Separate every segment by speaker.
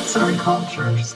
Speaker 1: Sensory cultures.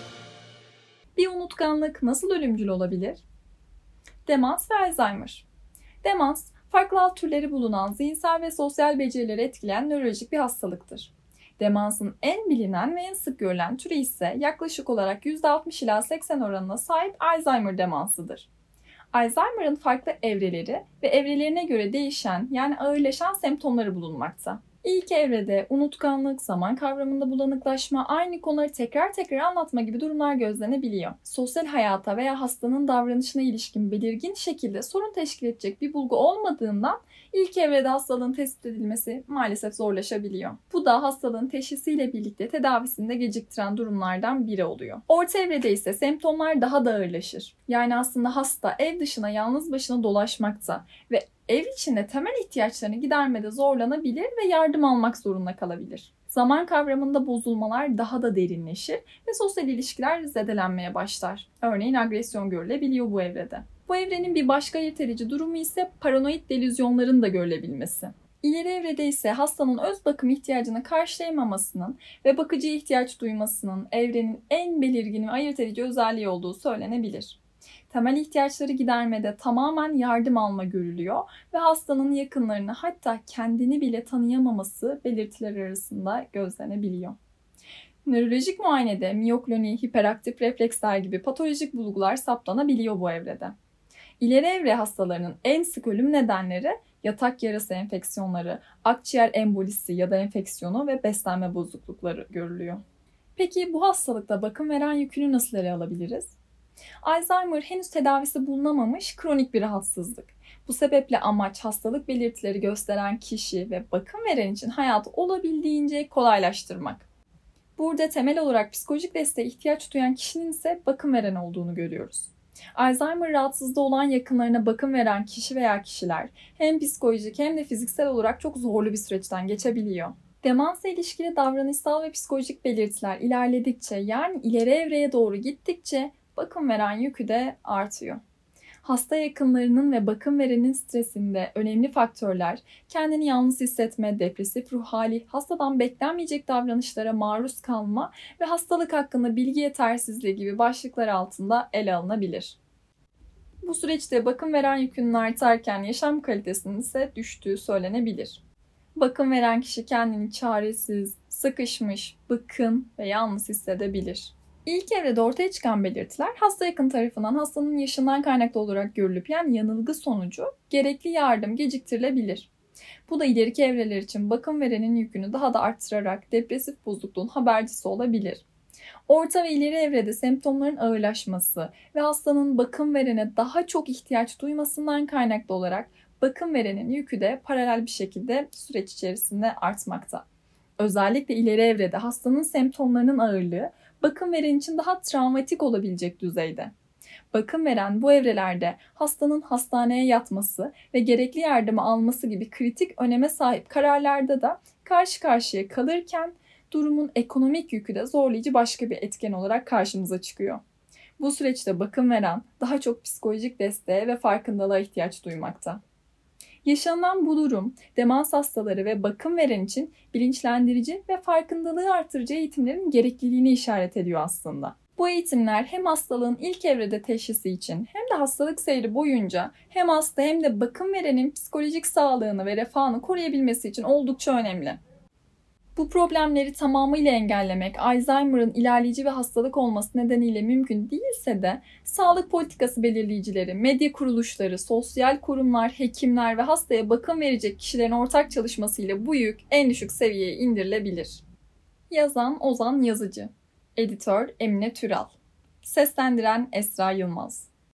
Speaker 2: Bir unutkanlık nasıl ölümcül olabilir? Demans ve Alzheimer. Demans, farklı alt türleri bulunan zihinsel ve sosyal becerileri etkileyen nörolojik bir hastalıktır. Demansın en bilinen ve en sık görülen türü ise yaklaşık olarak %60 ila 80 oranına sahip Alzheimer demansıdır. Alzheimer'ın farklı evreleri ve evrelerine göre değişen yani ağırlaşan semptomları bulunmakta. İlk evrede unutkanlık, zaman kavramında bulanıklaşma, aynı konuları tekrar tekrar anlatma gibi durumlar gözlenebiliyor. Sosyal hayata veya hastanın davranışına ilişkin belirgin şekilde sorun teşkil edecek bir bulgu olmadığından ilk evrede hastalığın tespit edilmesi maalesef zorlaşabiliyor. Bu da hastalığın teşhisiyle birlikte tedavisini de geciktiren durumlardan biri oluyor. Orta evrede ise semptomlar daha da ağırlaşır. Yani aslında hasta ev dışına yalnız başına dolaşmakta ve ev içinde temel ihtiyaçlarını gidermede zorlanabilir ve yardım almak zorunda kalabilir. Zaman kavramında bozulmalar daha da derinleşir ve sosyal ilişkiler zedelenmeye başlar. Örneğin agresyon görülebiliyor bu evrede. Bu evrenin bir başka ayırt edici durumu ise paranoid delüzyonların da görülebilmesi. İleri evrede ise hastanın öz bakım ihtiyacını karşılayamamasının ve bakıcıya ihtiyaç duymasının evrenin en belirgin ve ayırt edici özelliği olduğu söylenebilir. Temel ihtiyaçları gidermede tamamen yardım alma görülüyor ve hastanın yakınlarını hatta kendini bile tanıyamaması belirtiler arasında gözlenebiliyor. Nörolojik muayenede miyokloni, hiperaktif refleksler gibi patolojik bulgular saptanabiliyor bu evrede. İleri evre hastalarının en sık ölüm nedenleri yatak yarası enfeksiyonları, akciğer embolisi ya da enfeksiyonu ve beslenme bozuklukları görülüyor. Peki bu hastalıkta bakım veren yükünü nasıl ele alabiliriz? Alzheimer henüz tedavisi bulunamamış kronik bir rahatsızlık. Bu sebeple amaç hastalık belirtileri gösteren kişi ve bakım veren için hayatı olabildiğince kolaylaştırmak. Burada temel olarak psikolojik desteğe ihtiyaç duyan kişinin ise bakım veren olduğunu görüyoruz. Alzheimer rahatsızlığı olan yakınlarına bakım veren kişi veya kişiler hem psikolojik hem de fiziksel olarak çok zorlu bir süreçten geçebiliyor. Demansla ilişkili davranışsal ve psikolojik belirtiler ilerledikçe yani ileri evreye doğru gittikçe bakım veren yükü de artıyor. Hasta yakınlarının ve bakım verenin stresinde önemli faktörler kendini yalnız hissetme, depresif ruh hali, hastadan beklenmeyecek davranışlara maruz kalma ve hastalık hakkında bilgi yetersizliği gibi başlıklar altında ele alınabilir. Bu süreçte bakım veren yükünün artarken yaşam kalitesinin ise düştüğü söylenebilir. Bakım veren kişi kendini çaresiz, sıkışmış, bıkkın ve yalnız hissedebilir. İlk evrede ortaya çıkan belirtiler hasta yakın tarafından hastanın yaşından kaynaklı olarak görülüp yani yanılgı sonucu gerekli yardım geciktirilebilir. Bu da ileriki evreler için bakım verenin yükünü daha da arttırarak depresif bozukluğun habercisi olabilir. Orta ve ileri evrede semptomların ağırlaşması ve hastanın bakım verene daha çok ihtiyaç duymasından kaynaklı olarak bakım verenin yükü de paralel bir şekilde süreç içerisinde artmakta. Özellikle ileri evrede hastanın semptomlarının ağırlığı bakım veren için daha travmatik olabilecek düzeyde. Bakım veren bu evrelerde hastanın hastaneye yatması ve gerekli yardımı alması gibi kritik öneme sahip kararlarda da karşı karşıya kalırken durumun ekonomik yükü de zorlayıcı başka bir etken olarak karşımıza çıkıyor. Bu süreçte bakım veren daha çok psikolojik desteğe ve farkındalığa ihtiyaç duymakta. Yaşanan bu durum, demans hastaları ve bakım veren için bilinçlendirici ve farkındalığı artırıcı eğitimlerin gerekliliğini işaret ediyor aslında. Bu eğitimler hem hastalığın ilk evrede teşhisi için hem de hastalık seyri boyunca hem hasta hem de bakım verenin psikolojik sağlığını ve refahını koruyabilmesi için oldukça önemli. Bu problemleri tamamıyla engellemek Alzheimer'ın ilerleyici bir hastalık olması nedeniyle mümkün değilse de sağlık politikası belirleyicileri, medya kuruluşları, sosyal kurumlar, hekimler ve hastaya bakım verecek kişilerin ortak çalışmasıyla bu yük en düşük seviyeye indirilebilir. Yazan Ozan Yazıcı, Editör Emine Türal, Seslendiren Esra Yılmaz.